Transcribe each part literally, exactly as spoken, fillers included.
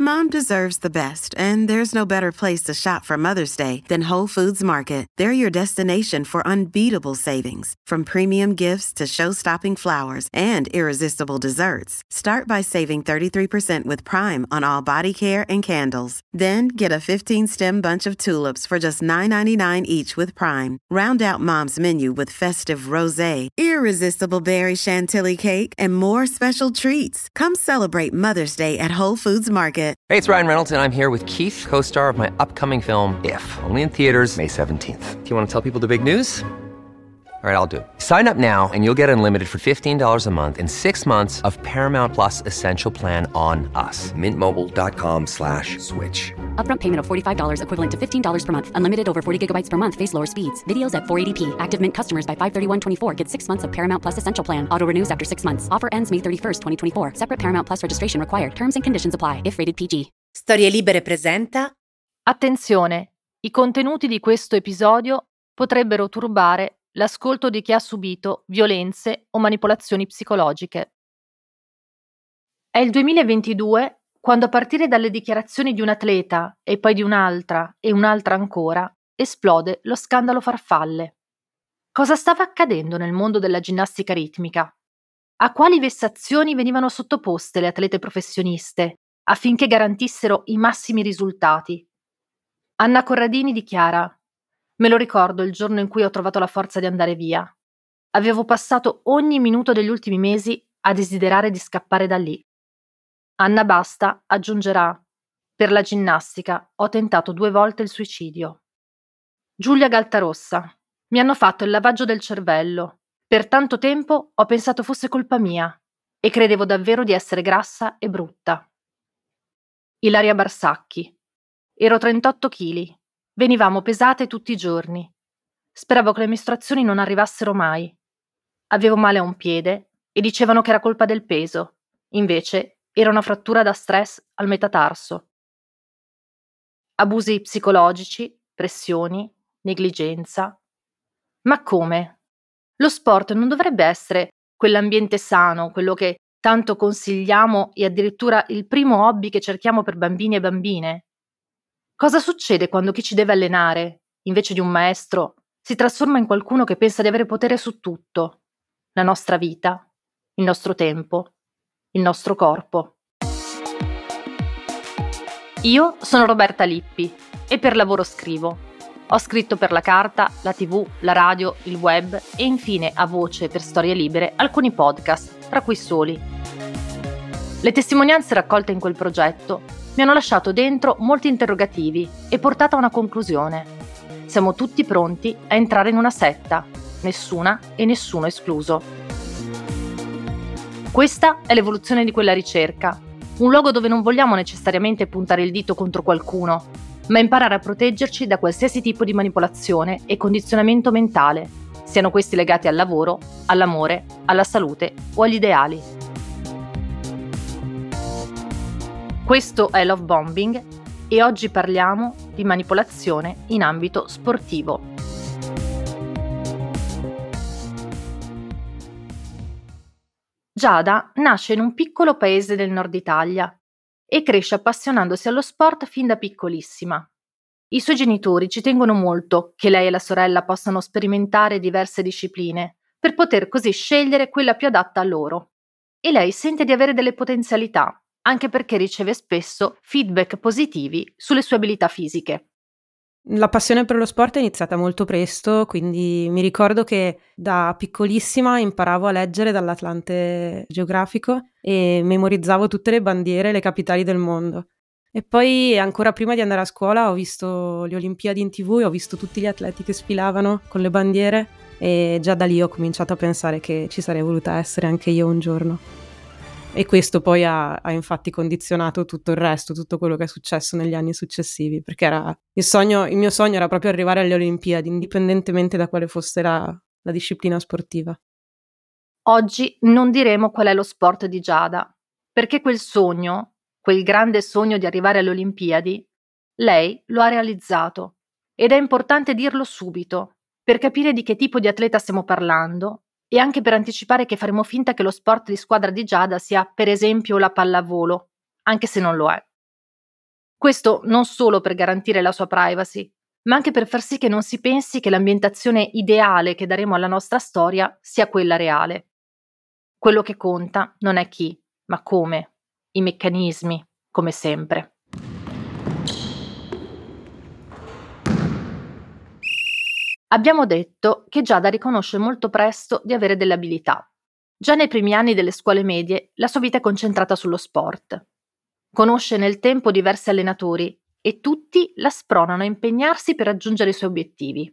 Mom deserves the best, and there's no better place to shop for Mother's Day than Whole Foods Market. They're your destination for unbeatable savings, from premium gifts to show-stopping flowers and irresistible desserts. Start by saving thirty-three percent with Prime on all body care and candles. Then get a fifteen-stem bunch of tulips for just nine ninety-nine each with Prime. Round out Mom's menu with festive rosé, irresistible berry chantilly cake, and more special treats. Come celebrate Mother's Day at Whole Foods Market. Hey, it's Ryan Reynolds, and I'm here with Keith, co-star of my upcoming film, If, only in theaters May seventeenth. Do you want to tell people the big news? All right, I'll do it. Sign up now and you'll get unlimited for fifteen dollars a month and six months of Paramount Plus Essential Plan on us. Mint Mobile dot com slash switch. Upfront payment of forty-five dollars equivalent to fifteen dollars per month. Unlimited over forty gigabytes per month. Face lower speeds. Videos at four eighty p. Active Mint customers by five thirty-one twenty-four get six months of Paramount Plus Essential Plan. Auto renews after six months. Offer ends May thirty-first, twenty twenty-four. Separate Paramount Plus registration required. Terms and conditions apply if rated P G. Storie Libere presenta. Attenzione! I contenuti di questo episodio potrebbero turbare l'ascolto di chi ha subito violenze o manipolazioni psicologiche. È il duemilaventidue quando, a partire dalle dichiarazioni di un atleta e poi di un'altra e un'altra ancora, esplode lo scandalo farfalle. Cosa stava accadendo nel mondo della ginnastica ritmica? A quali vessazioni venivano sottoposte le atlete professioniste affinché garantissero i massimi risultati? Anna Corradini dichiara: «Me lo ricordo il giorno in cui ho trovato la forza di andare via. Avevo passato ogni minuto degli ultimi mesi a desiderare di scappare da lì». Anna Basta aggiungerà: «Per la ginnastica ho tentato due volte il suicidio». Giulia Galtarossa: «Mi hanno fatto il lavaggio del cervello. Per tanto tempo ho pensato fosse colpa mia e credevo davvero di essere grassa e brutta». Ilaria Barsacchi: «Ero trentotto chili. Venivamo pesate tutti i giorni. Speravo che le mestruazioni non arrivassero mai. Avevo male a un piede e dicevano che era colpa del peso. Invece era una frattura da stress al metatarso». Abusi psicologici, pressioni, negligenza. Ma come? Lo sport non dovrebbe essere quell'ambiente sano, quello che tanto consigliamo e addirittura il primo hobby che cerchiamo per bambini e bambine? Cosa succede quando chi ci deve allenare, invece di un maestro, si trasforma in qualcuno che pensa di avere potere su tutto? La nostra vita, il nostro tempo, il nostro corpo. Io sono Roberta Lippi e per lavoro scrivo. Ho scritto per la carta, la tivù, la radio, il web e infine a voce per Storie Libere alcuni podcast, tra cui Soli. Le testimonianze raccolte in quel progetto mi hanno lasciato dentro molti interrogativi e portato a una conclusione. Siamo tutti pronti a entrare in una setta, nessuna e nessuno escluso. Questa è l'evoluzione di quella ricerca, un luogo dove non vogliamo necessariamente puntare il dito contro qualcuno, ma imparare a proteggerci da qualsiasi tipo di manipolazione e condizionamento mentale, siano questi legati al lavoro, all'amore, alla salute o agli ideali. Questo è Love Bombing e oggi parliamo di manipolazione in ambito sportivo. Giada nasce in un piccolo paese del nord Italia e cresce appassionandosi allo sport fin da piccolissima. I suoi genitori ci tengono molto che lei e la sorella possano sperimentare diverse discipline per poter così scegliere quella più adatta a loro. E lei sente di avere delle potenzialità, anche perché riceve spesso feedback positivi sulle sue abilità fisiche. La passione per lo sport è iniziata molto presto, quindi mi ricordo che da piccolissima imparavo a leggere dall'Atlante geografico e memorizzavo tutte le bandiere e le capitali del mondo. E poi ancora prima di andare a scuola ho visto le Olimpiadi in tivù e ho visto tutti gli atleti che sfilavano con le bandiere e già da lì ho cominciato a pensare che ci sarei voluta essere anche io un giorno. E questo poi ha, ha infatti condizionato tutto il resto, tutto quello che è successo negli anni successivi, perché era il sogno, il mio sogno era proprio arrivare alle Olimpiadi, indipendentemente da quale fosse la, la disciplina sportiva. Oggi non diremo qual è lo sport di Giada, perché quel sogno, quel grande sogno di arrivare alle Olimpiadi, lei lo ha realizzato. Ed è importante dirlo subito, per capire di che tipo di atleta stiamo parlando e anche per anticipare che faremo finta che lo sport di squadra di Giada sia per esempio la pallavolo, anche se non lo è. Questo non solo per garantire la sua privacy, ma anche per far sì che non si pensi che l'ambientazione ideale che daremo alla nostra storia sia quella reale. Quello che conta non è chi, ma come, i meccanismi, come sempre. Abbiamo detto che Giada riconosce molto presto di avere delle abilità. Già nei primi anni delle scuole medie la sua vita è concentrata sullo sport. Conosce nel tempo diversi allenatori e tutti la spronano a impegnarsi per raggiungere i suoi obiettivi.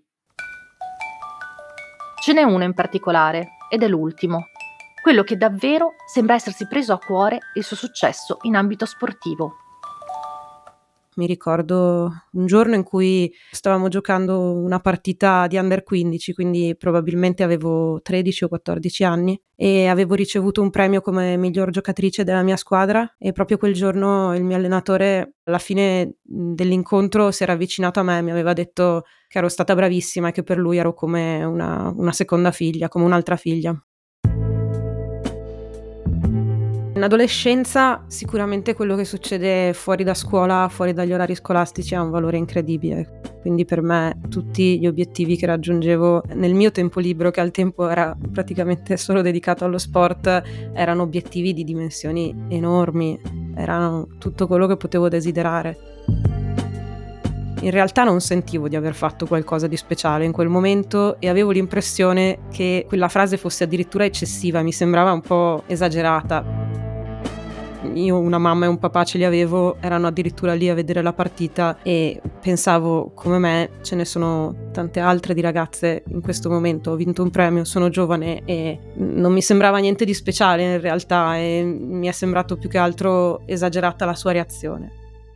Ce n'è uno in particolare, ed è l'ultimo, quello che davvero sembra essersi preso a cuore il suo successo in ambito sportivo. Mi ricordo un giorno in cui stavamo giocando una partita di under quindici, quindi probabilmente avevo tredici o quattordici anni, e avevo ricevuto un premio come miglior giocatrice della mia squadra, e proprio quel giorno il mio allenatore alla fine dell'incontro si era avvicinato a me e mi aveva detto che ero stata bravissima e che per lui ero come una, una seconda figlia, come un'altra figlia. In adolescenza sicuramente quello che succede fuori da scuola, fuori dagli orari scolastici ha un valore incredibile, quindi per me tutti gli obiettivi che raggiungevo nel mio tempo libero, che al tempo era praticamente solo dedicato allo sport, erano obiettivi di dimensioni enormi, erano tutto quello che potevo desiderare. In realtà non sentivo di aver fatto qualcosa di speciale in quel momento e avevo l'impressione che quella frase fosse addirittura eccessiva, mi sembrava un po' esagerata. Io una mamma e un papà ce li avevo, erano addirittura lì a vedere la partita e pensavo, come me ce ne sono tante altre di ragazze in questo momento, ho vinto un premio, sono giovane e non mi sembrava niente di speciale in realtà e mi è sembrato più che altro esagerata la sua reazione.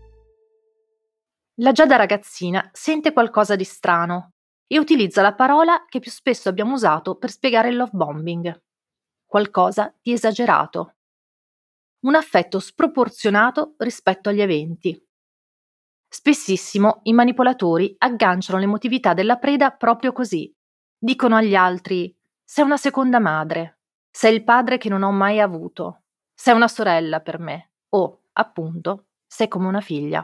La Giada ragazzina sente qualcosa di strano e utilizza la parola che più spesso abbiamo usato per spiegare il love bombing. Qualcosa di esagerato. Un affetto sproporzionato rispetto agli eventi. Spessissimo i manipolatori agganciano l'emotività della preda proprio così. Dicono agli altri: sei una seconda madre, sei il padre che non ho mai avuto, sei una sorella per me, o, appunto, sei come una figlia.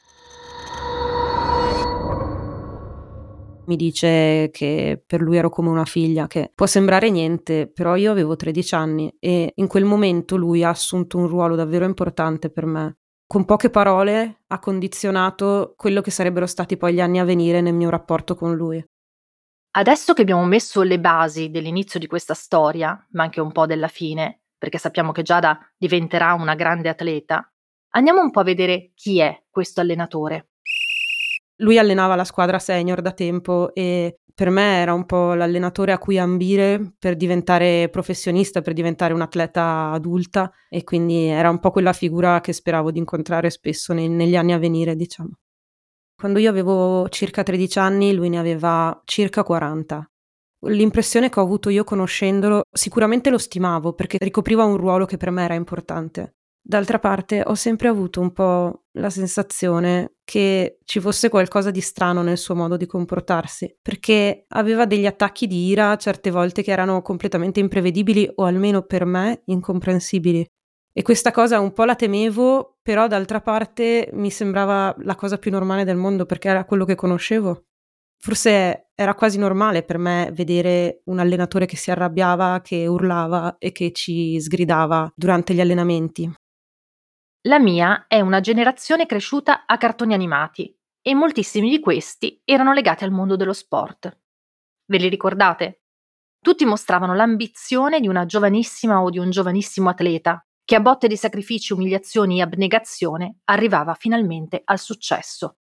Mi dice che per lui ero come una figlia, che può sembrare niente, però io avevo tredici anni e in quel momento lui ha assunto un ruolo davvero importante per me. Con poche parole ha condizionato quello che sarebbero stati poi gli anni a venire nel mio rapporto con lui. Adesso che abbiamo messo le basi dell'inizio di questa storia, ma anche un po' della fine, perché sappiamo che Giada diventerà una grande atleta, andiamo un po' a vedere chi è questo allenatore. Lui allenava la squadra senior da tempo e per me era un po' l'allenatore a cui ambire per diventare professionista, per diventare un'atleta adulta, e quindi era un po' quella figura che speravo di incontrare spesso nei, negli anni a venire, diciamo. Quando io avevo circa tredici anni, lui ne aveva circa quaranta. L'impressione che ho avuto io conoscendolo, sicuramente lo stimavo perché ricopriva un ruolo che per me era importante. D'altra parte ho sempre avuto un po' la sensazione che ci fosse qualcosa di strano nel suo modo di comportarsi, perché aveva degli attacchi di ira certe volte che erano completamente imprevedibili o almeno per me incomprensibili. E questa cosa un po' la temevo, però d'altra parte mi sembrava la cosa più normale del mondo perché era quello che conoscevo. Forse era quasi normale per me vedere un allenatore che si arrabbiava, che urlava e che ci sgridava durante gli allenamenti. La mia è una generazione cresciuta a cartoni animati e moltissimi di questi erano legati al mondo dello sport. Ve li ricordate? Tutti mostravano l'ambizione di una giovanissima o di un giovanissimo atleta che a botte di sacrifici, umiliazioni e abnegazione arrivava finalmente al successo.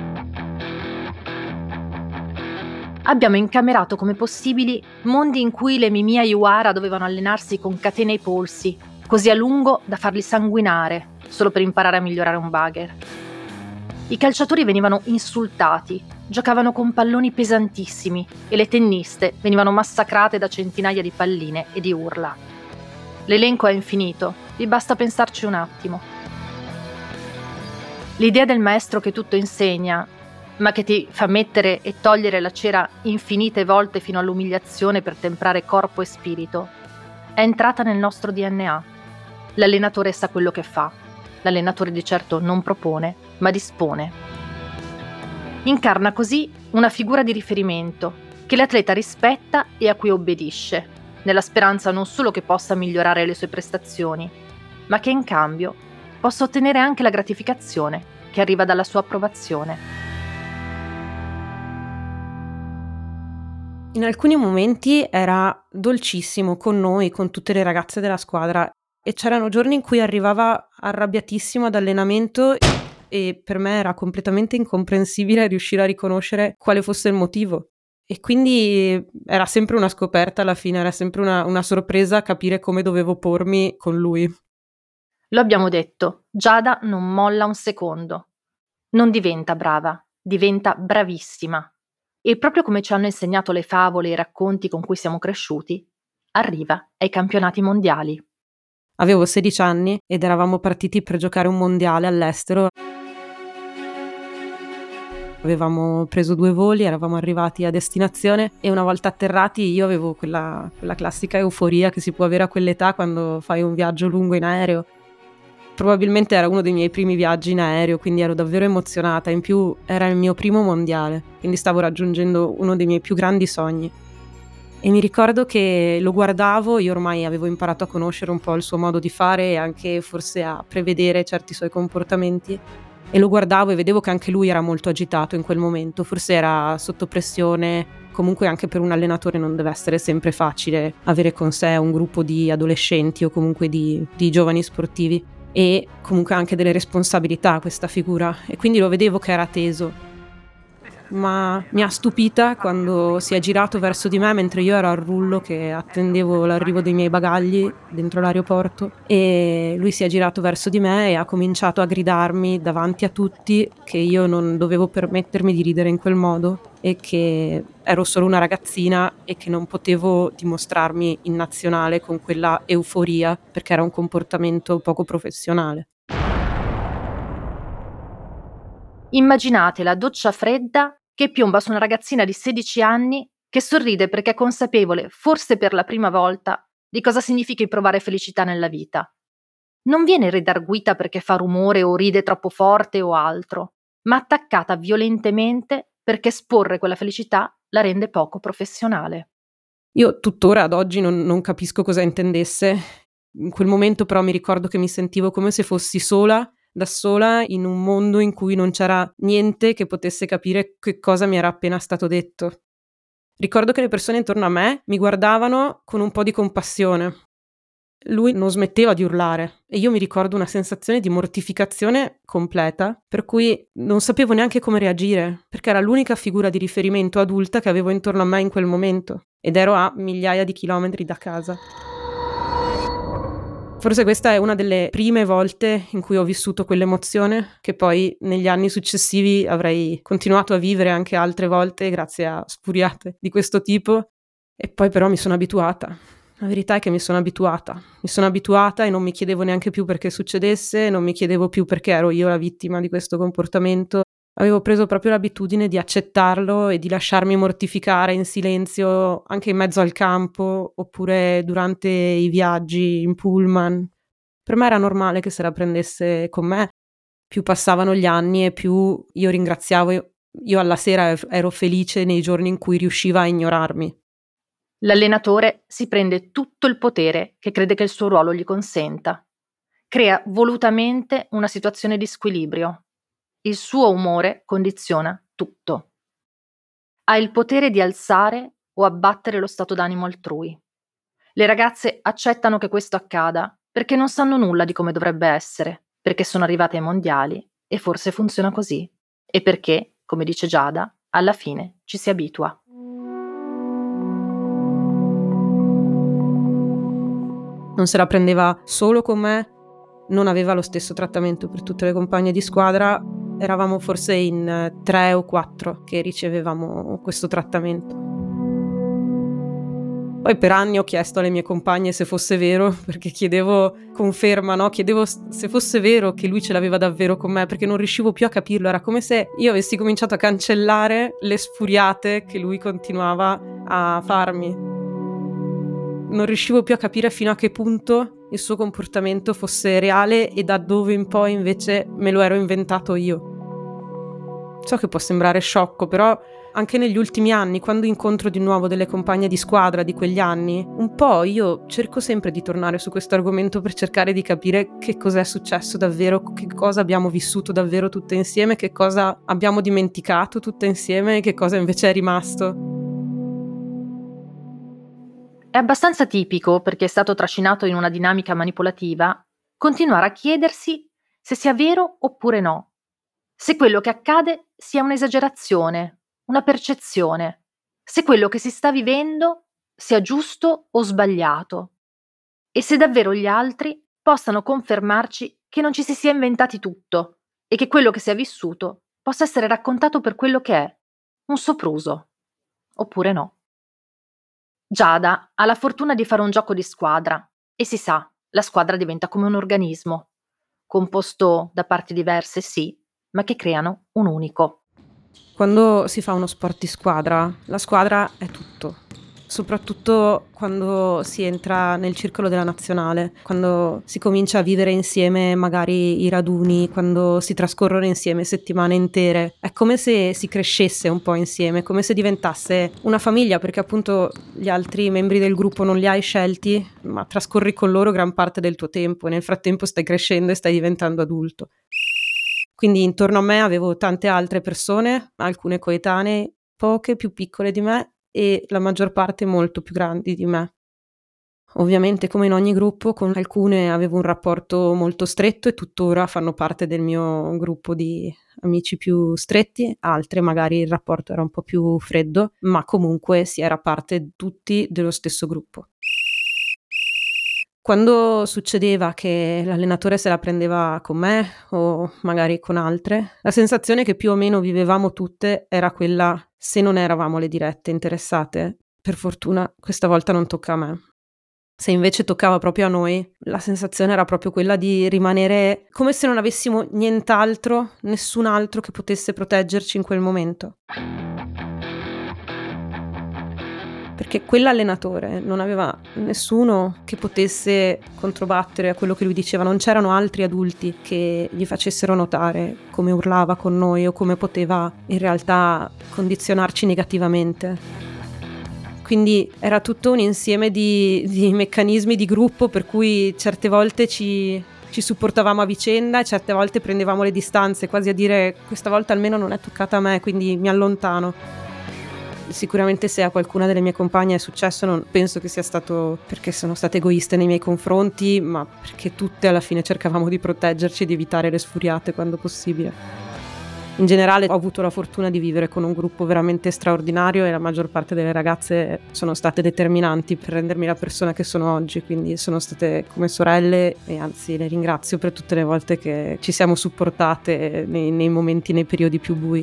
Abbiamo incamerato come possibili mondi in cui le Mimi Aiuara dovevano allenarsi con catene ai polsi, così a lungo da farli sanguinare, solo per imparare a migliorare un bagger. I calciatori venivano insultati, giocavano con palloni pesantissimi e le tenniste venivano massacrate da centinaia di palline e di urla. L'elenco è infinito, vi basta pensarci un attimo. L'idea del maestro che tutto insegna, ma che ti fa mettere e togliere la cera infinite volte fino all'umiliazione per temprare corpo e spirito, è entrata nel nostro D N A. L'allenatore sa quello che fa. L'allenatore di certo non propone, ma dispone. Incarna così una figura di riferimento che l'atleta rispetta e a cui obbedisce, nella speranza non solo che possa migliorare le sue prestazioni, ma che in cambio possa ottenere anche la gratificazione che arriva dalla sua approvazione. In alcuni momenti era dolcissimo con noi, con tutte le ragazze della squadra, e c'erano giorni in cui arrivava arrabbiatissimo ad allenamento e per me era completamente incomprensibile riuscire a riconoscere quale fosse il motivo. E quindi era sempre una scoperta alla fine, era sempre una, una sorpresa capire come dovevo pormi con lui. Lo abbiamo detto, Giada non molla un secondo. Non diventa brava, diventa bravissima. E proprio come ci hanno insegnato le favole e i racconti con cui siamo cresciuti, arriva ai campionati mondiali. Avevo sedici anni ed eravamo partiti per giocare un mondiale all'estero. Avevamo preso due voli, eravamo arrivati a destinazione e una volta atterrati io avevo quella, quella classica euforia che si può avere a quell'età quando fai un viaggio lungo in aereo. Probabilmente era uno dei miei primi viaggi in aereo, quindi ero davvero emozionata. In più era il mio primo mondiale, quindi stavo raggiungendo uno dei miei più grandi sogni. E mi ricordo che lo guardavo, io ormai avevo imparato a conoscere un po' il suo modo di fare e anche forse a prevedere certi suoi comportamenti. E lo guardavo e vedevo che anche lui era molto agitato in quel momento, forse era sotto pressione. Comunque anche per un allenatore non deve essere sempre facile avere con sé un gruppo di adolescenti o comunque di, di giovani sportivi. E comunque anche delle responsabilità questa figura, e quindi lo vedevo che era teso. Ma mi ha stupita quando si è girato verso di me mentre io ero al rullo che attendevo l'arrivo dei miei bagagli dentro l'aeroporto, e lui si è girato verso di me e ha cominciato a gridarmi davanti a tutti che io non dovevo permettermi di ridere in quel modo e che ero solo una ragazzina e che non potevo dimostrarmi in nazionale con quella euforia perché era un comportamento poco professionale. Immaginate la doccia fredda che piomba su una ragazzina di sedici anni che sorride perché è consapevole, forse per la prima volta, di cosa significhi provare felicità nella vita. Non viene redarguita perché fa rumore o ride troppo forte o altro, ma attaccata violentemente perché esporre quella felicità la rende poco professionale. Io tuttora ad oggi non, non capisco cosa intendesse. In quel momento però mi ricordo che mi sentivo come se fossi sola, da sola, in un mondo in cui non c'era niente che potesse capire che cosa mi era appena stato detto. Ricordo che le persone intorno a me mi guardavano con un po' di compassione. Lui non smetteva di urlare e io mi ricordo una sensazione di mortificazione completa, per cui non sapevo neanche come reagire, perché era l'unica figura di riferimento adulta che avevo intorno a me in quel momento ed ero a migliaia di chilometri da casa. Forse questa è una delle prime volte in cui ho vissuto quell'emozione che poi negli anni successivi avrei continuato a vivere anche altre volte grazie a sfuriate di questo tipo, e poi però mi sono abituata. La verità è che mi sono abituata, mi sono abituata e non mi chiedevo neanche più perché succedesse, non mi chiedevo più perché ero io la vittima di questo comportamento. Avevo preso proprio l'abitudine di accettarlo e di lasciarmi mortificare in silenzio anche in mezzo al campo oppure durante i viaggi in pullman. Per me era normale che se la prendesse con me. Più passavano gli anni e più io ringraziavo, io, io alla sera ero felice nei giorni in cui riusciva a ignorarmi. L'allenatore si prende tutto il potere che crede che il suo ruolo gli consenta. Crea volutamente una situazione di squilibrio. Il suo umore condiziona tutto. Ha il potere di alzare o abbattere lo stato d'animo altrui. Le ragazze accettano che questo accada perché non sanno nulla di come dovrebbe essere, perché sono arrivate ai mondiali e forse funziona così, e perché, come dice Giada, alla fine ci si abitua. Non se la prendeva solo con me, non aveva lo stesso trattamento per tutte le compagne di squadra, eravamo forse in tre o quattro che ricevevamo questo trattamento. Poi per anni ho chiesto alle mie compagne se fosse vero, perché chiedevo conferma, no? Chiedevo se fosse vero che lui ce l'aveva davvero con me, perché non riuscivo più a capirlo, era come se io avessi cominciato a cancellare le sfuriate che lui continuava a farmi. non riuscivo più a capire fino a che punto il suo comportamento fosse reale e da dove in poi invece me lo ero inventato io. So che può sembrare sciocco, però anche negli ultimi anni, quando incontro di nuovo delle compagne di squadra di quegli anni, un po' io cerco sempre di tornare su questo argomento per cercare di capire che cos'è successo davvero, che cosa abbiamo vissuto davvero tutte insieme, che cosa abbiamo dimenticato tutte insieme e che cosa invece è rimasto. È abbastanza tipico, perché è stato trascinato in una dinamica manipolativa, continuare a chiedersi se sia vero oppure no, se quello che accade sia un'esagerazione, una percezione, se quello che si sta vivendo sia giusto o sbagliato, e se davvero gli altri possano confermarci che non ci si sia inventati tutto e che quello che si è vissuto possa essere raccontato per quello che è, un sopruso, oppure no. Giada ha la fortuna di fare un gioco di squadra e si sa, la squadra diventa come un organismo, composto da parti diverse, sì, ma che creano un unico. Quando si fa uno sport di squadra, la squadra è tutto, soprattutto quando si entra nel circolo della nazionale, quando si comincia a vivere insieme magari i raduni, quando si trascorrono insieme settimane intere. È come se si crescesse un po' insieme, come se diventasse una famiglia, perché appunto gli altri membri del gruppo non li hai scelti, ma trascorri con loro gran parte del tuo tempo e nel frattempo stai crescendo e stai diventando adulto. Quindi intorno a me avevo tante altre persone, alcune coetanee, poche più piccole di me e la maggior parte molto più grandi di me. Ovviamente, come in ogni gruppo, con alcune avevo un rapporto molto stretto e tuttora fanno parte del mio gruppo di amici più stretti, altre magari il rapporto era un po' più freddo, ma comunque si era parte tutti dello stesso gruppo. Quando succedeva che l'allenatore se la prendeva con me o magari con altre, la sensazione che più o meno vivevamo tutte era quella: se non eravamo le dirette interessate, per fortuna questa volta non tocca a me. Se invece toccava proprio a noi, la sensazione era proprio quella di rimanere come se non avessimo nient'altro, nessun altro che potesse proteggerci in quel momento. Perché quell'allenatore non aveva nessuno che potesse controbattere a quello che lui diceva, non c'erano altri adulti che gli facessero notare come urlava con noi o come poteva in realtà condizionarci negativamente. Quindi era tutto un insieme di, di meccanismi di gruppo per cui certe volte ci, ci supportavamo a vicenda e certe volte prendevamo le distanze, quasi a dire: questa volta almeno non è toccata a me, quindi mi allontano. Sicuramente se a qualcuna delle mie compagne è successo, non penso che sia stato perché sono state egoiste nei miei confronti, ma perché tutte alla fine cercavamo di proteggerci e di evitare le sfuriate quando possibile. In generale ho avuto la fortuna di vivere con un gruppo veramente straordinario e la maggior parte delle ragazze sono state determinanti per rendermi la persona che sono oggi, quindi sono state come sorelle e anzi le ringrazio per tutte le volte che ci siamo supportate nei, nei momenti, nei periodi più bui.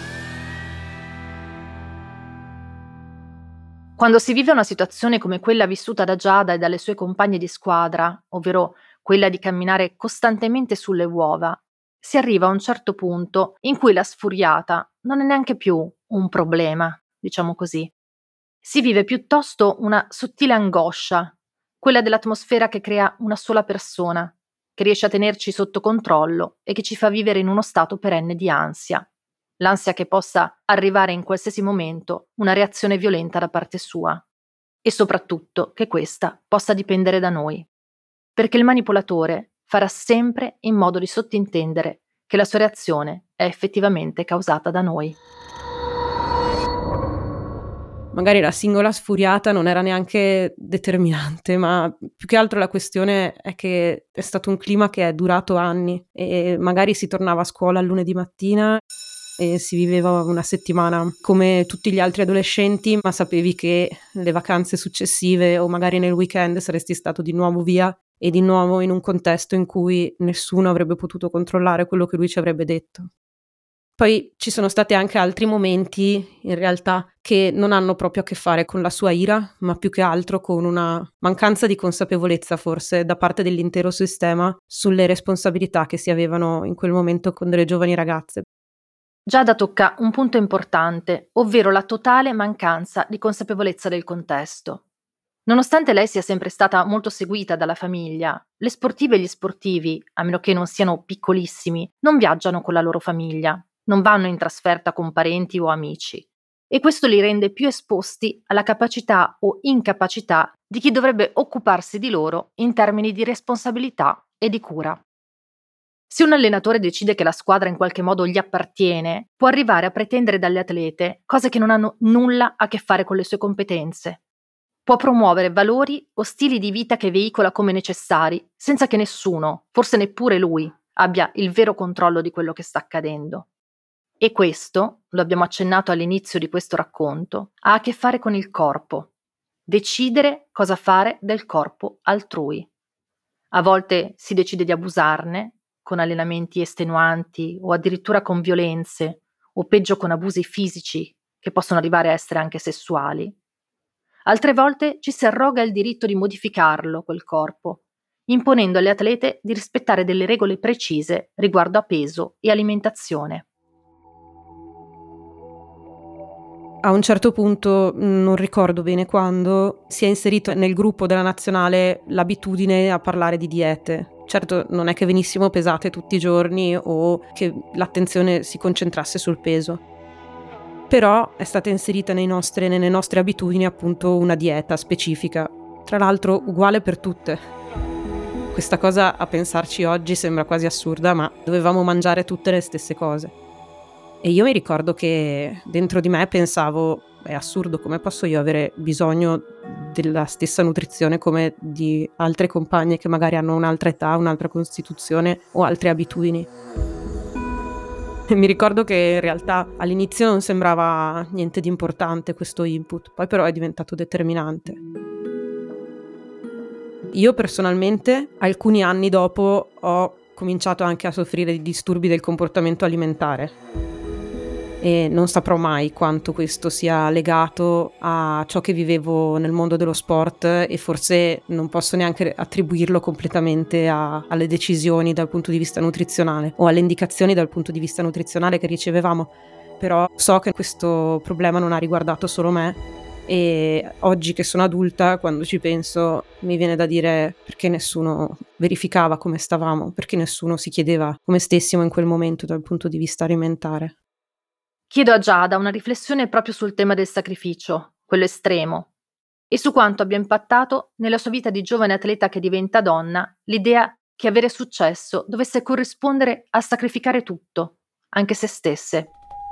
Quando si vive una situazione come quella vissuta da Giada e dalle sue compagne di squadra, ovvero quella di camminare costantemente sulle uova, si arriva a un certo punto in cui la sfuriata non è neanche più un problema, diciamo così. Si vive piuttosto una sottile angoscia, quella dell'atmosfera che crea una sola persona, che riesce a tenerci sotto controllo e che ci fa vivere in uno stato perenne di ansia. L'ansia che possa arrivare in qualsiasi momento una reazione violenta da parte sua e soprattutto che questa possa dipendere da noi, perché il manipolatore farà sempre in modo di sottintendere che la sua reazione è effettivamente causata da noi. Magari la singola sfuriata non era neanche determinante, ma più che altro la questione è che è stato un clima che è durato anni e magari si tornava a scuola il lunedì mattina e si viveva una settimana come tutti gli altri adolescenti, ma sapevi che le vacanze successive o magari nel weekend saresti stato di nuovo via e di nuovo in un contesto in cui nessuno avrebbe potuto controllare quello che lui ci avrebbe detto. Poi ci sono stati anche altri momenti, in realtà, che non hanno proprio a che fare con la sua ira, ma più che altro con una mancanza di consapevolezza, forse, da parte dell'intero sistema sulle responsabilità che si avevano in quel momento con delle giovani ragazze. Giada tocca un punto importante, ovvero la totale mancanza di consapevolezza del contesto. Nonostante lei sia sempre stata molto seguita dalla famiglia, le sportive e gli sportivi, a meno che non siano piccolissimi, non viaggiano con la loro famiglia, non vanno in trasferta con parenti o amici. E questo li rende più esposti alla capacità o incapacità di chi dovrebbe occuparsi di loro in termini di responsabilità e di cura. Se un allenatore decide che la squadra in qualche modo gli appartiene, può arrivare a pretendere dalle atlete cose che non hanno nulla a che fare con le sue competenze. Può promuovere valori o stili di vita che veicola come necessari, senza che nessuno, forse neppure lui, abbia il vero controllo di quello che sta accadendo. E questo, lo abbiamo accennato all'inizio di questo racconto, ha a che fare con il corpo. Decidere cosa fare del corpo altrui. A volte si decide di abusarne, con allenamenti estenuanti o addirittura con violenze, o peggio con abusi fisici, che possono arrivare a essere anche sessuali. Altre volte ci si arroga il diritto di modificarlo, quel corpo, imponendo alle atlete di rispettare delle regole precise riguardo a peso e alimentazione. A un certo punto, non ricordo bene quando, si è inserito nel gruppo della nazionale l'abitudine a parlare di diete. Certo, non è che venissimo pesate tutti i giorni o che l'attenzione si concentrasse sul peso. Però è stata inserita nei nostre, nelle nostre abitudini appunto una dieta specifica, tra l'altro uguale per tutte. Questa cosa, a pensarci oggi, sembra quasi assurda, ma dovevamo mangiare tutte le stesse cose. E io mi ricordo che dentro di me pensavo, è assurdo, come posso io avere bisogno della stessa nutrizione come di altre compagne che magari hanno un'altra età, un'altra costituzione o altre abitudini. E mi ricordo che in realtà all'inizio non sembrava niente di importante questo input, poi però è diventato determinante. Io personalmente, alcuni anni dopo, ho cominciato anche a soffrire di disturbi del comportamento alimentare. E non saprò mai quanto questo sia legato a ciò che vivevo nel mondo dello sport e forse non posso neanche attribuirlo completamente a, alle decisioni dal punto di vista nutrizionale o alle indicazioni dal punto di vista nutrizionale che ricevevamo, però so che questo problema non ha riguardato solo me e oggi che sono adulta, quando ci penso, mi viene da dire perché nessuno verificava come stavamo, perché nessuno si chiedeva come stessimo in quel momento dal punto di vista alimentare. Chiedo a Giada una riflessione proprio sul tema del sacrificio, quello estremo, e su quanto abbia impattato nella sua vita di giovane atleta che diventa donna l'idea che avere successo dovesse corrispondere a sacrificare tutto, anche se stesse.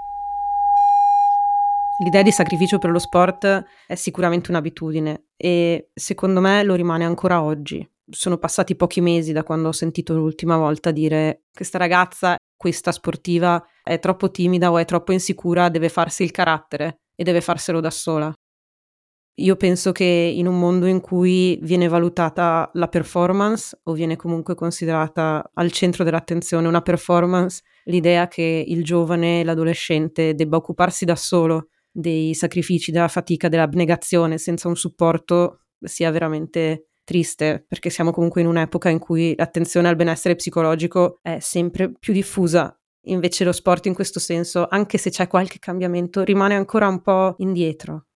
L'idea di sacrificio per lo sport è sicuramente un'abitudine e secondo me lo rimane ancora oggi. Sono passati pochi mesi da quando ho sentito l'ultima volta dire questa ragazza, questa sportiva, è troppo timida o è troppo insicura, deve farsi il carattere e deve farselo da sola. Io penso che in un mondo in cui viene valutata la performance o viene comunque considerata al centro dell'attenzione una performance, l'idea che il giovane, l'adolescente debba occuparsi da solo dei sacrifici, della fatica, dell'abnegazione senza un supporto sia veramente triste, perché siamo comunque in un'epoca in cui l'attenzione al benessere psicologico è sempre più diffusa. Invece lo sport in questo senso, anche se c'è qualche cambiamento, rimane ancora un po' indietro.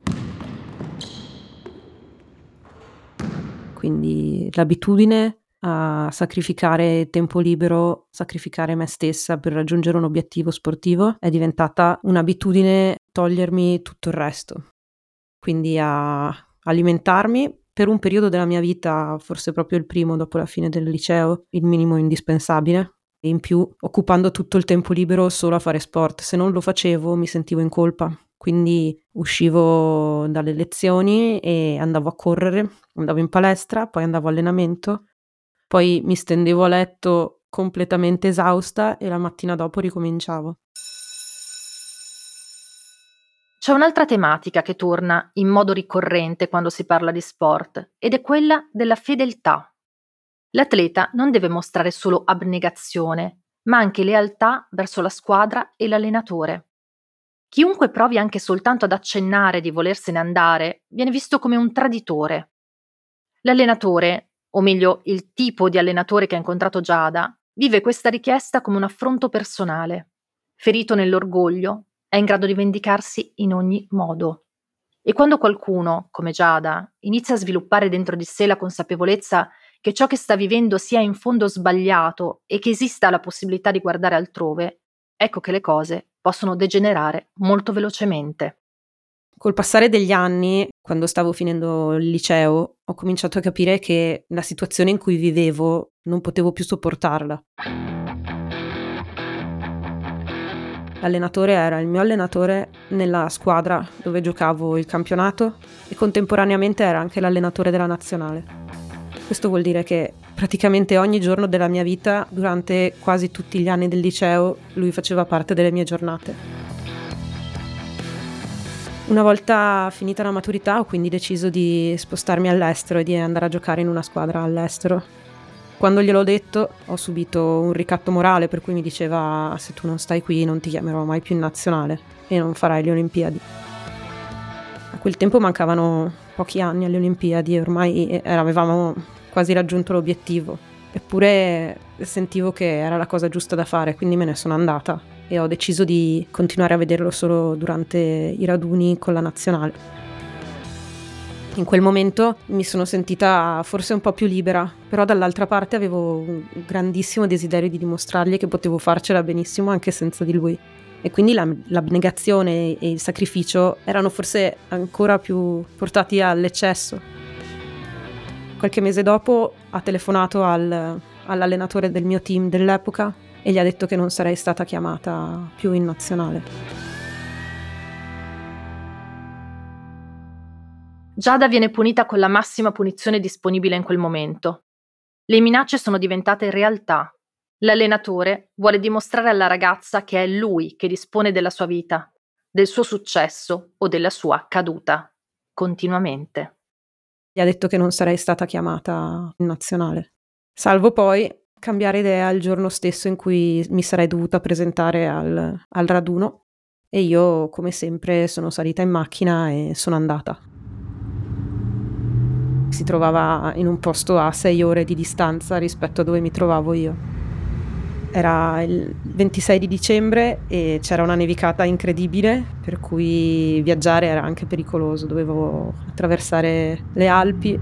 Quindi l'abitudine a sacrificare tempo libero, sacrificare me stessa per raggiungere un obiettivo sportivo è diventata un'abitudine togliermi tutto il resto. Quindi a alimentarmi per un periodo della mia vita, forse proprio il primo dopo la fine del liceo, il minimo indispensabile, e in più occupando tutto il tempo libero solo a fare sport. Se non lo facevo mi sentivo in colpa. Quindi uscivo dalle lezioni e andavo a correre, andavo in palestra, poi andavo a allenamento, poi mi stendevo a letto completamente esausta e la mattina dopo ricominciavo. C'è un'altra tematica che torna in modo ricorrente quando si parla di sport ed è quella della fedeltà. L'atleta non deve mostrare solo abnegazione, ma anche lealtà verso la squadra e l'allenatore. Chiunque provi anche soltanto ad accennare di volersene andare viene visto come un traditore. L'allenatore, o meglio il tipo di allenatore che ha incontrato Giada, vive questa richiesta come un affronto personale. Ferito nell'orgoglio, è in grado di vendicarsi in ogni modo. E quando qualcuno, come Giada, inizia a sviluppare dentro di sé la consapevolezza che ciò che sta vivendo sia in fondo sbagliato e che esista la possibilità di guardare altrove, ecco che le cose possono degenerare molto velocemente. Col passare degli anni, quando stavo finendo il liceo, ho cominciato a capire che la situazione in cui vivevo non potevo più sopportarla. L'allenatore era il mio allenatore nella squadra dove giocavo il campionato e contemporaneamente era anche l'allenatore della nazionale. Questo vuol dire che praticamente ogni giorno della mia vita, durante quasi tutti gli anni del liceo, lui faceva parte delle mie giornate. Una volta finita la maturità ho quindi deciso di spostarmi all'estero e di andare a giocare in una squadra all'estero. Quando gliel'ho detto ho subito un ricatto morale per cui mi diceva: se tu non stai qui non ti chiamerò mai più in nazionale e non farai le Olimpiadi. A quel tempo mancavano pochi anni alle Olimpiadi e ormai avevamo quasi raggiunto l'obiettivo. Eppure sentivo che era la cosa giusta da fare, quindi me ne sono andata e ho deciso di continuare a vederlo solo durante i raduni con la nazionale. In quel momento mi sono sentita forse un po' più libera, però dall'altra parte avevo un grandissimo desiderio di dimostrargli che potevo farcela benissimo anche senza di lui. E quindi la, l'abnegazione e il sacrificio erano forse ancora più portati all'eccesso. Qualche mese dopo ha telefonato al, all'allenatore del mio team dell'epoca e gli ha detto che non sarei stata chiamata più in nazionale. Giada viene punita con la massima punizione disponibile in quel momento. Le minacce sono diventate realtà. L'allenatore vuole dimostrare alla ragazza che è lui che dispone della sua vita, del suo successo o della sua caduta, continuamente. Gli ha detto che non sarei stata chiamata in nazionale, salvo poi cambiare idea il giorno stesso in cui mi sarei dovuta presentare al, al raduno e io, come sempre, sono salita in macchina e sono andata. Si trovava in un posto a sei ore di distanza rispetto a dove mi trovavo io. Era il ventisei di dicembre e c'era una nevicata incredibile, per cui viaggiare era anche pericoloso, dovevo attraversare le Alpi.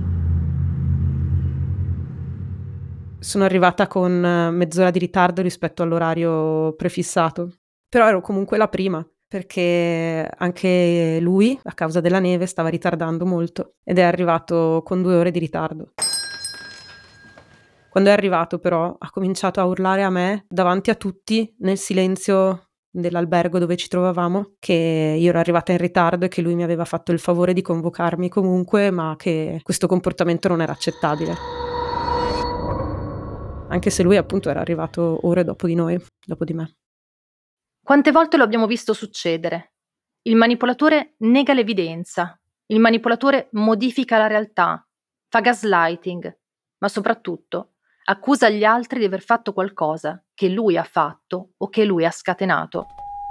Sono arrivata con mezz'ora di ritardo rispetto all'orario prefissato, però ero comunque la prima, perché anche lui, a causa della neve, stava ritardando molto ed è arrivato con due ore di ritardo. Quando è arrivato però ha cominciato a urlare a me davanti a tutti nel silenzio dell'albergo dove ci trovavamo che io ero arrivata in ritardo e che lui mi aveva fatto il favore di convocarmi comunque, ma che questo comportamento non era accettabile. Anche se lui appunto era arrivato ore dopo di noi, dopo di me. Quante volte lo abbiamo visto succedere? Il manipolatore nega l'evidenza, il manipolatore modifica la realtà, fa gaslighting, ma soprattutto accusa gli altri di aver fatto qualcosa che lui ha fatto o che lui ha scatenato.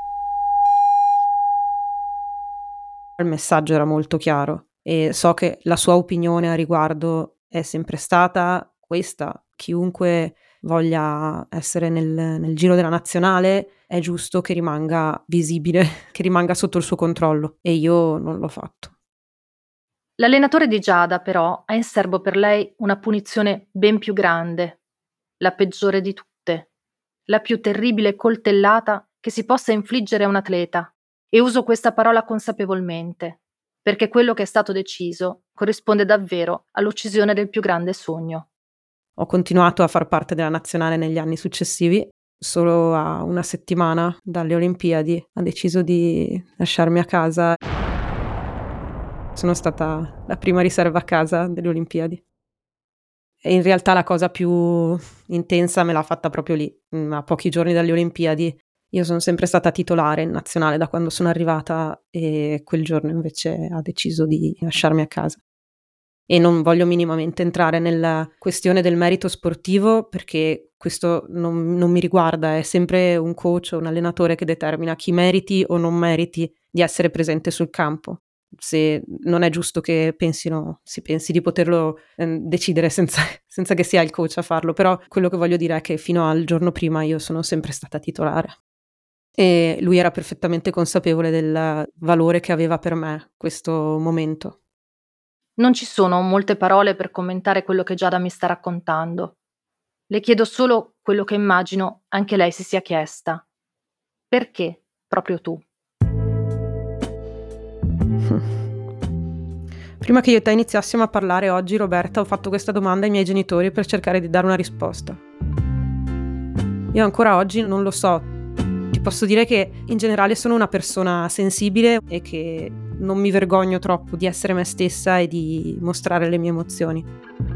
Il messaggio era molto chiaro e so che la sua opinione a riguardo è sempre stata questa: chiunque voglia essere nel, nel giro della nazionale è giusto che rimanga visibile, che rimanga sotto il suo controllo, e io non l'ho fatto. L'allenatore di Giada però ha in serbo per lei una punizione ben più grande, la peggiore di tutte, la più terribile coltellata che si possa infliggere a un atleta, e uso questa parola consapevolmente, perché quello che è stato deciso corrisponde davvero all'uccisione del più grande sogno. Ho continuato a far parte della nazionale negli anni successivi. Solo a una settimana dalle Olimpiadi ha deciso di lasciarmi a casa. Sono stata la prima riserva a casa delle Olimpiadi. E in realtà la cosa più intensa me l'ha fatta proprio lì, a pochi giorni dalle Olimpiadi. Io sono sempre stata titolare in nazionale da quando sono arrivata e quel giorno invece ha deciso di lasciarmi a casa. E non voglio minimamente entrare nella questione del merito sportivo, perché questo non, non mi riguarda, è sempre un coach o un allenatore che determina chi meriti o non meriti di essere presente sul campo. Se non è giusto che pensino, si pensi di poterlo eh, decidere senza, senza che sia il coach a farlo, però quello che voglio dire è che fino al giorno prima io sono sempre stata titolare. e lui era perfettamente consapevole del valore che aveva per me questo momento. Non ci sono molte parole per commentare quello che Giada mi sta raccontando. Le chiedo solo quello che immagino anche lei si sia chiesta. Perché proprio tu? Prima che io e te iniziassimo a parlare oggi, Roberta, ho fatto questa domanda ai miei genitori per cercare di dare una risposta. Io ancora oggi non lo so. Ti posso dire che in generale sono una persona sensibile e che non mi vergogno troppo di essere me stessa e di mostrare le mie emozioni.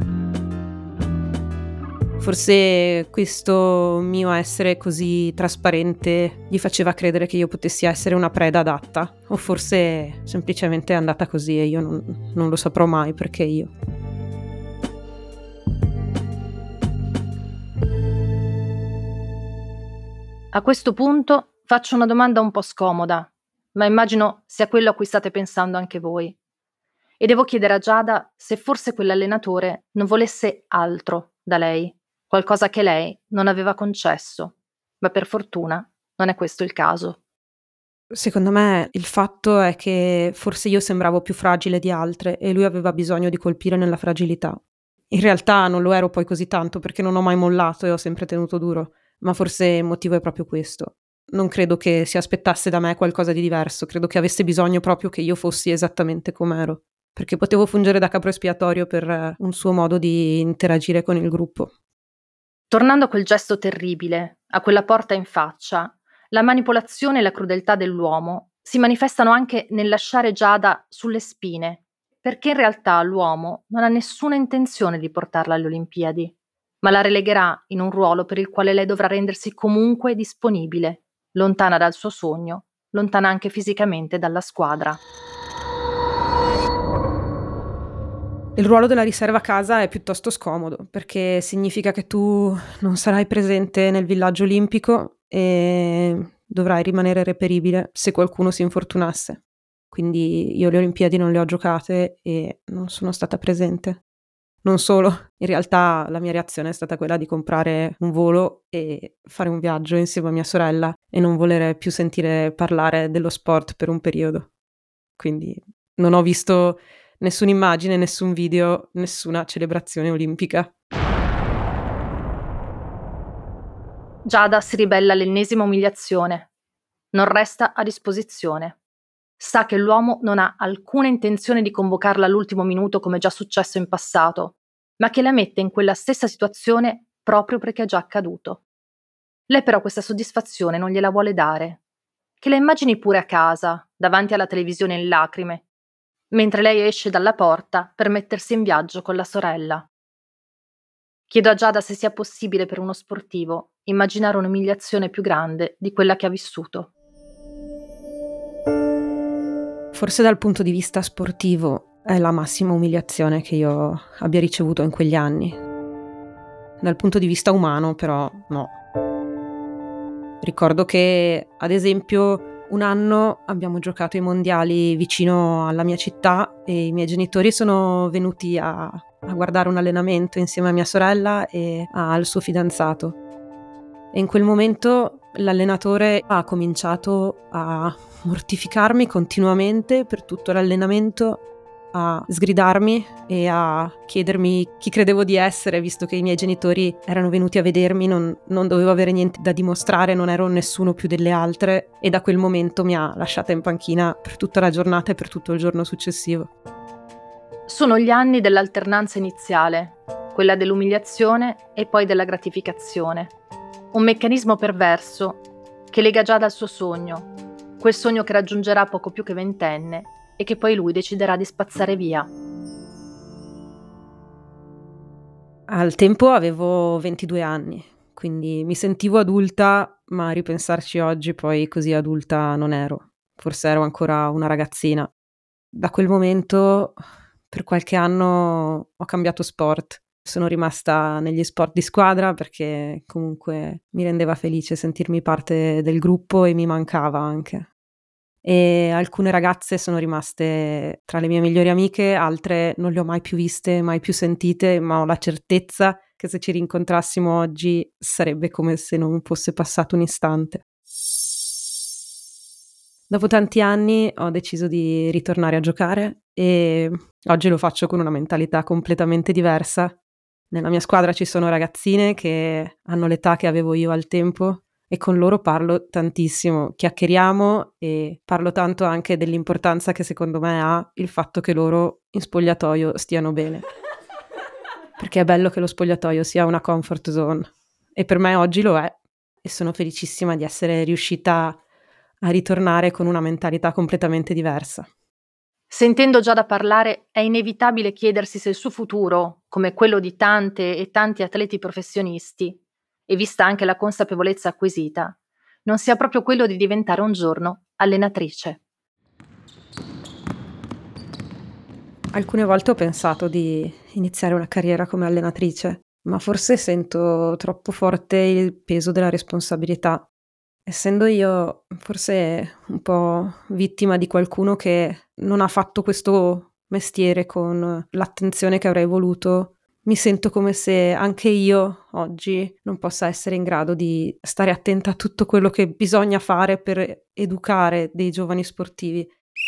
Forse questo mio essere così trasparente gli faceva credere che io potessi essere una preda adatta, o forse semplicemente è andata così e io non, non lo saprò mai perché io. A questo punto faccio una domanda un po' scomoda, ma immagino sia quello a cui state pensando anche voi. E devo chiedere a Giada se forse quell'allenatore non volesse altro da lei, qualcosa che lei non aveva concesso, ma per fortuna non è questo il caso. Secondo me il fatto è che forse io sembravo più fragile di altre e lui aveva bisogno di colpire nella fragilità. In realtà non lo ero poi così tanto perché non ho mai mollato e ho sempre tenuto duro, ma forse il motivo è proprio questo. Non credo che si aspettasse da me qualcosa di diverso, credo che avesse bisogno proprio che io fossi esattamente com'ero, perché potevo fungere da capro espiatorio per un suo modo di interagire con il gruppo. Tornando a quel gesto terribile, a quella porta in faccia, la manipolazione e la crudeltà dell'uomo si manifestano anche nel lasciare Giada sulle spine, perché in realtà l'uomo non ha nessuna intenzione di portarla alle Olimpiadi, ma la relegherà in un ruolo per il quale lei dovrà rendersi comunque disponibile, lontana dal suo sogno, lontana anche fisicamente dalla squadra. Il ruolo della riserva a casa è piuttosto scomodo, perché significa che tu non sarai presente nel villaggio olimpico e dovrai rimanere reperibile se qualcuno si infortunasse. Quindi io le Olimpiadi non le ho giocate e non sono stata presente. Non solo, in realtà la mia reazione è stata quella di comprare un volo e fare un viaggio insieme a mia sorella e non volere più sentire parlare dello sport per un periodo. Quindi non ho visto nessuna immagine, nessun video, nessuna celebrazione olimpica. Giada si ribella all'ennesima umiliazione. Non resta a disposizione. Sa che l'uomo non ha alcuna intenzione di convocarla all'ultimo minuto come già successo in passato, ma che la mette in quella stessa situazione proprio perché è già accaduto. Lei però questa soddisfazione non gliela vuole dare. Che la immagini pure a casa, davanti alla televisione in lacrime, mentre lei esce dalla porta per mettersi in viaggio con la sorella. Chiedo a Giada se sia possibile per uno sportivo immaginare un'umiliazione più grande di quella che ha vissuto. Forse dal punto di vista sportivo è la massima umiliazione che io abbia ricevuto in quegli anni. Dal punto di vista umano, però, no. Ricordo che, ad esempio, un anno abbiamo giocato ai mondiali vicino alla mia città e i miei genitori sono venuti a, a guardare un allenamento insieme a mia sorella e al suo fidanzato. E in quel momento l'allenatore ha cominciato a mortificarmi continuamente per tutto l'allenamento, a sgridarmi e a chiedermi chi credevo di essere, visto che i miei genitori erano venuti a vedermi, non, non dovevo avere niente da dimostrare, non ero nessuno più delle altre, e da quel momento mi ha lasciata in panchina per tutta la giornata e per tutto il giorno successivo. Sono gli anni dell'alternanza iniziale, quella dell'umiliazione e poi della gratificazione. Un meccanismo perverso che lega Giada al suo sogno, quel sogno che raggiungerà poco più che ventenne e che poi lui deciderà di spazzare via. Al tempo avevo ventidue anni, quindi mi sentivo adulta, ma a ripensarci oggi poi così adulta non ero. Forse ero ancora una ragazzina. Da quel momento, per qualche anno, ho cambiato sport. Sono rimasta negli sport di squadra perché comunque mi rendeva felice sentirmi parte del gruppo e mi mancava anche. E alcune ragazze sono rimaste tra le mie migliori amiche, altre non le ho mai più viste, mai più sentite, ma ho la certezza che se ci rincontrassimo oggi sarebbe come se non fosse passato un istante. Dopo tanti anni ho deciso di ritornare a giocare e oggi lo faccio con una mentalità completamente diversa. Nella mia squadra ci sono ragazzine che hanno l'età che avevo io al tempo e con loro parlo tantissimo, chiacchieriamo e parlo tanto anche dell'importanza che secondo me ha il fatto che loro in spogliatoio stiano bene. Perché è bello che lo spogliatoio sia una comfort zone e per me oggi lo è e sono felicissima di essere riuscita a ritornare con una mentalità completamente diversa. Sentendo Giada parlare, è inevitabile chiedersi se il suo futuro, come quello di tante e tanti atleti professionisti, e vista anche la consapevolezza acquisita, non sia proprio quello di diventare un giorno allenatrice. Alcune volte ho pensato di iniziare una carriera come allenatrice, ma forse sento troppo forte il peso della responsabilità. Essendo io forse un po' vittima di qualcuno che non ha fatto questo mestiere con l'attenzione che avrei voluto, mi sento come se anche io oggi non possa essere in grado di stare attenta a tutto quello che bisogna fare per educare dei giovani sportivi.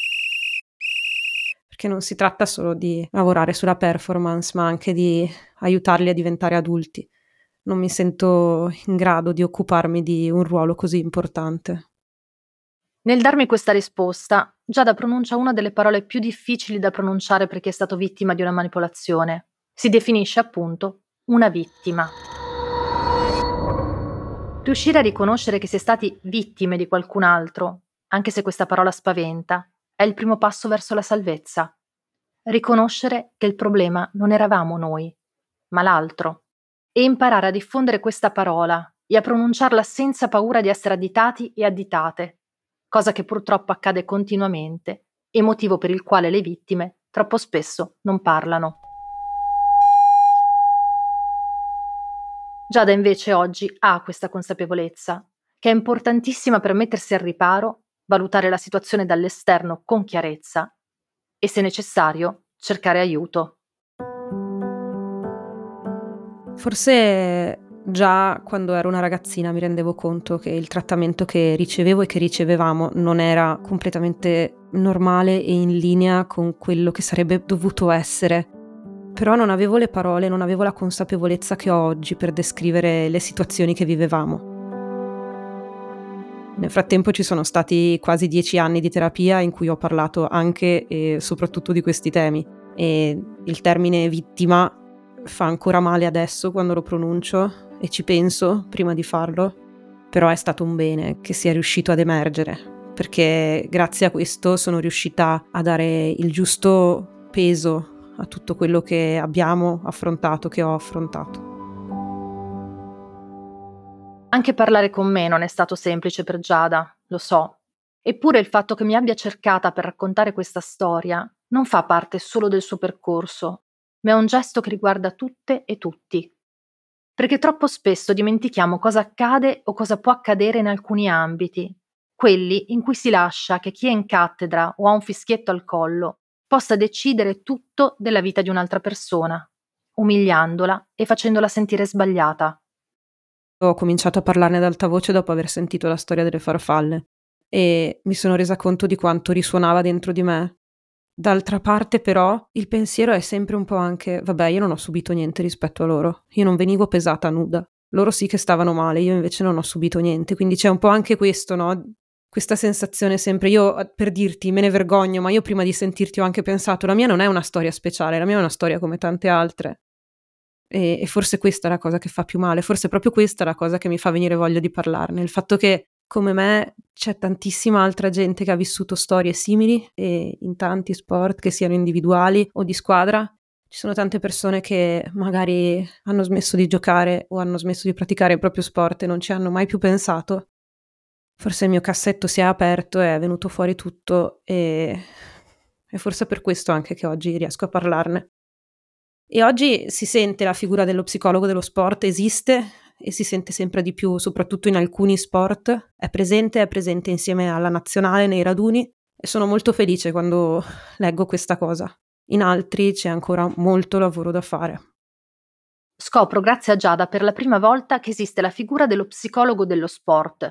Perché non si tratta solo di lavorare sulla performance, ma anche di aiutarli a diventare adulti. Non mi sento in grado di occuparmi di un ruolo così importante. Nel darmi questa risposta, Giada pronuncia una delle parole più difficili da pronunciare per chi è stato vittima di una manipolazione. Si definisce appunto una vittima. Riuscire a riconoscere che si è stati vittime di qualcun altro, anche se questa parola spaventa, è il primo passo verso la salvezza. Riconoscere che il problema non eravamo noi, ma l'altro. E imparare a diffondere questa parola e a pronunciarla senza paura di essere additati e additate, cosa che purtroppo accade continuamente e motivo per il quale le vittime troppo spesso non parlano. Giada invece oggi ha questa consapevolezza, che è importantissima per mettersi al riparo, valutare la situazione dall'esterno con chiarezza e, se necessario, cercare aiuto. Forse già quando ero una ragazzina mi rendevo conto che il trattamento che ricevevo e che ricevevamo non era completamente normale e in linea con quello che sarebbe dovuto essere. Però non avevo le parole, non avevo la consapevolezza che ho oggi per descrivere le situazioni che vivevamo. Nel frattempo ci sono stati quasi dieci anni di terapia in cui ho parlato anche e soprattutto di questi temi e il termine vittima fa ancora male adesso quando lo pronuncio e ci penso prima di farlo, però è stato un bene che sia riuscito ad emergere, perché grazie a questo sono riuscita a dare il giusto peso a tutto quello che abbiamo affrontato, che ho affrontato. Anche parlare con me non è stato semplice per Giada, lo so. Eppure il fatto che mi abbia cercata per raccontare questa storia non fa parte solo del suo percorso, ma è un gesto che riguarda tutte e tutti. Perché troppo spesso dimentichiamo cosa accade o cosa può accadere in alcuni ambiti, quelli in cui si lascia che chi è in cattedra o ha un fischietto al collo possa decidere tutto della vita di un'altra persona, umiliandola e facendola sentire sbagliata. Ho cominciato a parlarne ad alta voce dopo aver sentito la storia delle farfalle e mi sono resa conto di quanto risuonava dentro di me. D'altra parte però il pensiero è sempre un po' anche, vabbè, io non ho subito niente rispetto a loro, io non venivo pesata nuda, loro sì che stavano male, io invece non ho subito niente, quindi c'è un po' anche questo, no? Questa sensazione sempre, io per dirti me ne vergogno, ma io prima di sentirti ho anche pensato, la mia non è una storia speciale, la mia è una storia come tante altre. E, e forse questa è la cosa che fa più male, forse proprio questa è la cosa che mi fa venire voglia di parlarne, il fatto che come me c'è tantissima altra gente che ha vissuto storie simili e in tanti sport, che siano individuali o di squadra. Ci sono tante persone che magari hanno smesso di giocare o hanno smesso di praticare il proprio sport e non ci hanno mai più pensato. Forse il mio cassetto si è aperto e è venuto fuori tutto e, e forse è per questo anche che oggi riesco a parlarne. E oggi si sente la figura dello psicologo dello sport, esiste e si sente sempre di più, soprattutto in alcuni sport, è presente, è presente insieme alla nazionale nei raduni e sono molto felice quando leggo questa cosa. In altri c'è ancora molto lavoro da fare. Scopro grazie a Giada per la prima volta che esiste la figura dello psicologo dello sport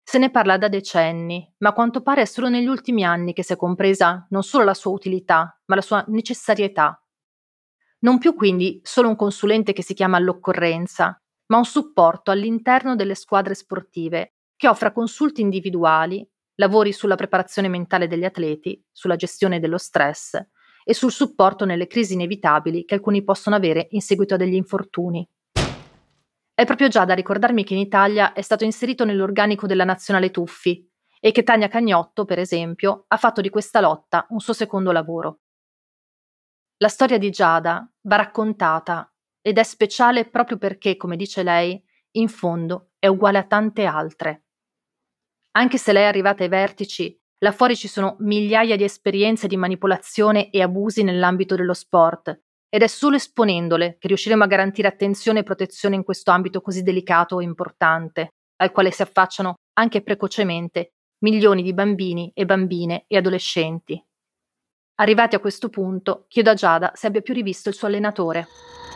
Se ne parla da decenni, ma a quanto pare è solo negli ultimi anni che si è compresa non solo la sua utilità, ma la sua necessarietà. Non più quindi solo un consulente che si chiama all'occorrenza, ma un supporto all'interno delle squadre sportive che offra consulti individuali, lavori sulla preparazione mentale degli atleti, sulla gestione dello stress e sul supporto nelle crisi inevitabili che alcuni possono avere in seguito a degli infortuni. È proprio già da ricordarmi che in Italia è stato inserito nell'organico della Nazionale Tuffi e che Tania Cagnotto, per esempio, ha fatto di questa lotta un suo secondo lavoro. La storia di Giada va raccontata ed è speciale proprio perché, come dice lei, in fondo è uguale a tante altre. Anche se lei è arrivata ai vertici, là fuori ci sono migliaia di esperienze di manipolazione e abusi nell'ambito dello sport, ed è solo esponendole che riusciremo a garantire attenzione e protezione in questo ambito così delicato e importante, al quale si affacciano anche precocemente milioni di bambini e bambine e adolescenti. Arrivati a questo punto, chiedo a Giada se abbia più rivisto il suo allenatore.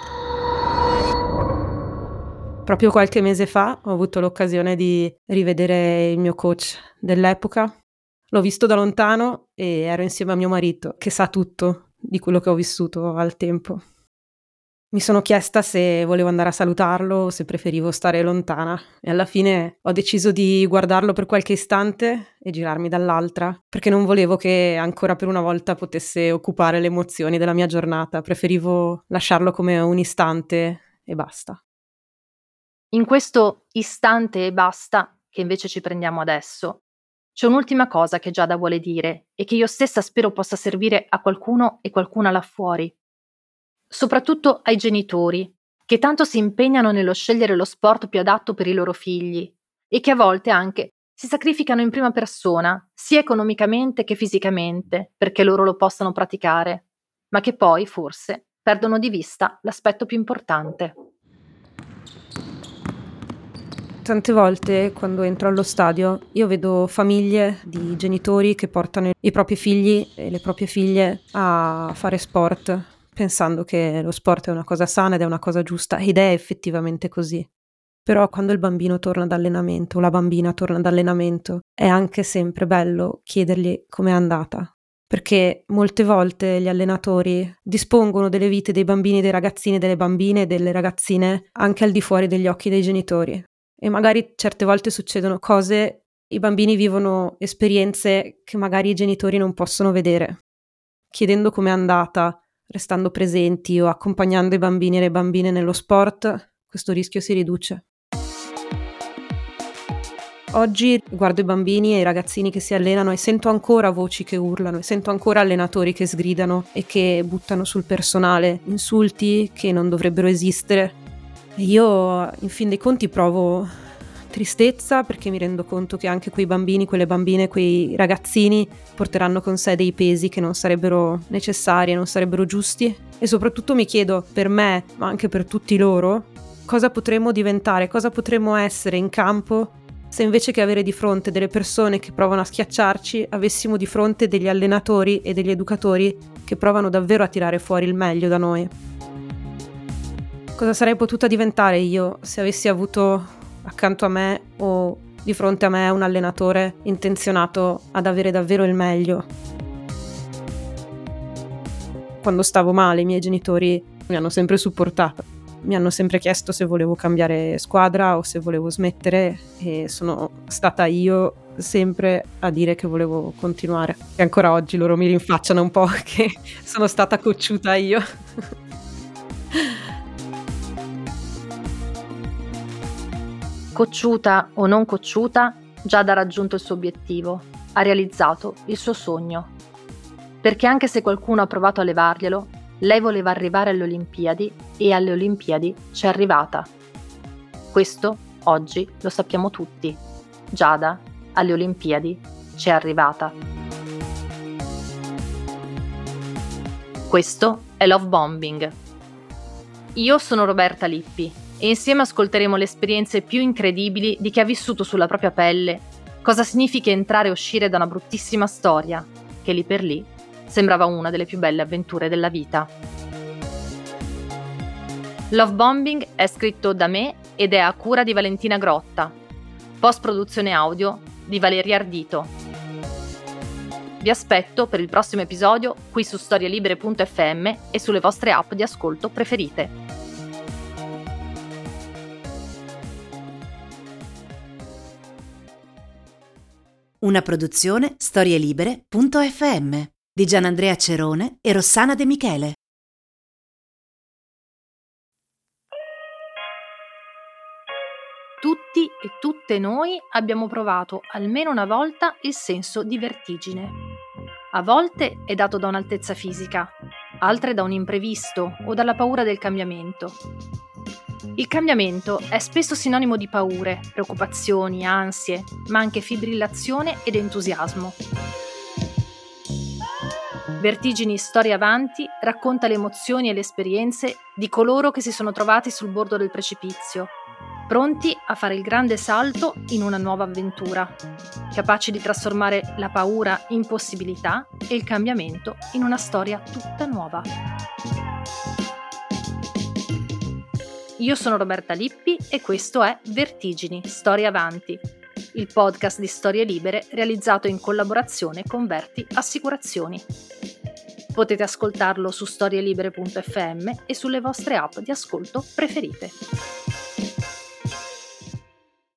Proprio qualche mese fa ho avuto l'occasione di rivedere il mio coach dell'epoca. L'ho visto da lontano e ero insieme a mio marito, che sa tutto di quello che ho vissuto al tempo. Mi sono chiesta se volevo andare a salutarlo o se preferivo stare lontana e alla fine ho deciso di guardarlo per qualche istante e girarmi dall'altra, perché non volevo che ancora per una volta potesse occupare le emozioni della mia giornata. Preferivo lasciarlo come un istante e basta. In questo istante e basta, che invece ci prendiamo adesso, c'è un'ultima cosa che Giada vuole dire e che io stessa spero possa servire a qualcuno e qualcuna là fuori. Soprattutto ai genitori, che tanto si impegnano nello scegliere lo sport più adatto per i loro figli e che a volte anche si sacrificano in prima persona, sia economicamente che fisicamente, perché loro lo possano praticare, ma che poi, forse, perdono di vista l'aspetto più importante. Tante volte quando entro allo stadio io vedo famiglie di genitori che portano i propri figli e le proprie figlie a fare sport, pensando che lo sport è una cosa sana ed è una cosa giusta, ed è effettivamente così. Però quando il bambino torna d'allenamento o la bambina torna d'allenamento è anche sempre bello chiedergli com'è andata, perché molte volte gli allenatori dispongono delle vite dei bambini, dei ragazzini e delle bambine e delle ragazzine anche al di fuori degli occhi dei genitori. E magari certe volte succedono cose, i bambini vivono esperienze che magari i genitori non possono vedere. Chiedendo com'è andata, restando presenti o accompagnando i bambini e le bambine nello sport, questo rischio si riduce. Oggi guardo i bambini e i ragazzini che si allenano e sento ancora voci che urlano e sento ancora allenatori che sgridano e che buttano sul personale insulti che non dovrebbero esistere. E io, in fin dei conti, provo tristezza perché mi rendo conto che anche quei bambini, quelle bambine, quei ragazzini porteranno con sé dei pesi che non sarebbero necessari e non sarebbero giusti. E soprattutto mi chiedo, per me, ma anche per tutti loro, cosa potremmo diventare, cosa potremmo essere in campo se invece che avere di fronte delle persone che provano a schiacciarci, avessimo di fronte degli allenatori e degli educatori che provano davvero a tirare fuori il meglio da noi. Cosa sarei potuta diventare io se avessi avuto accanto a me o di fronte a me un allenatore intenzionato ad avere davvero il meglio? Quando stavo male, i miei genitori mi hanno sempre supportata. Mi hanno sempre chiesto se volevo cambiare squadra o se volevo smettere e sono stata io sempre a dire che volevo continuare. E ancora oggi loro mi rinfacciano un po' che sono stata cocciuta io. Cocciuta o non cocciuta, Giada ha raggiunto il suo obiettivo, ha realizzato il suo sogno. Perché anche se qualcuno ha provato a levarglielo, lei voleva arrivare alle Olimpiadi e alle Olimpiadi c'è arrivata. Questo oggi lo sappiamo tutti. Giada alle Olimpiadi c'è arrivata. Questo è Love Bombing. Io sono Roberta Lippi e insieme ascolteremo le esperienze più incredibili di chi ha vissuto sulla propria pelle cosa significa entrare e uscire da una bruttissima storia, che lì per lì sembrava una delle più belle avventure della vita. Love Bombing è scritto da me ed è a cura di Valentina Grotta. Post-produzione audio di Valeria Ardito. Vi aspetto per il prossimo episodio qui su storielibere punto effe emme e sulle vostre app di ascolto preferite. Una produzione storielibere punto effe emme di Gianandrea Cerone e Rossana De Michele. Tutti e tutte noi abbiamo provato almeno una volta il senso di vertigine. A volte è dato da un'altezza fisica, altre da un imprevisto o dalla paura del cambiamento. Il cambiamento è spesso sinonimo di paure, preoccupazioni, ansie, ma anche fibrillazione ed entusiasmo. Vertigini Storie Avanti racconta le emozioni e le esperienze di coloro che si sono trovati sul bordo del precipizio, pronti a fare il grande salto in una nuova avventura, capaci di trasformare la paura in possibilità e il cambiamento in una storia tutta nuova. Io sono Roberta Lippi e questo è Vertigini Storie Avanti, il podcast di storie libere realizzato in collaborazione con Verti Assicurazioni. Potete ascoltarlo su storielibere punto effe emme e sulle vostre app di ascolto preferite.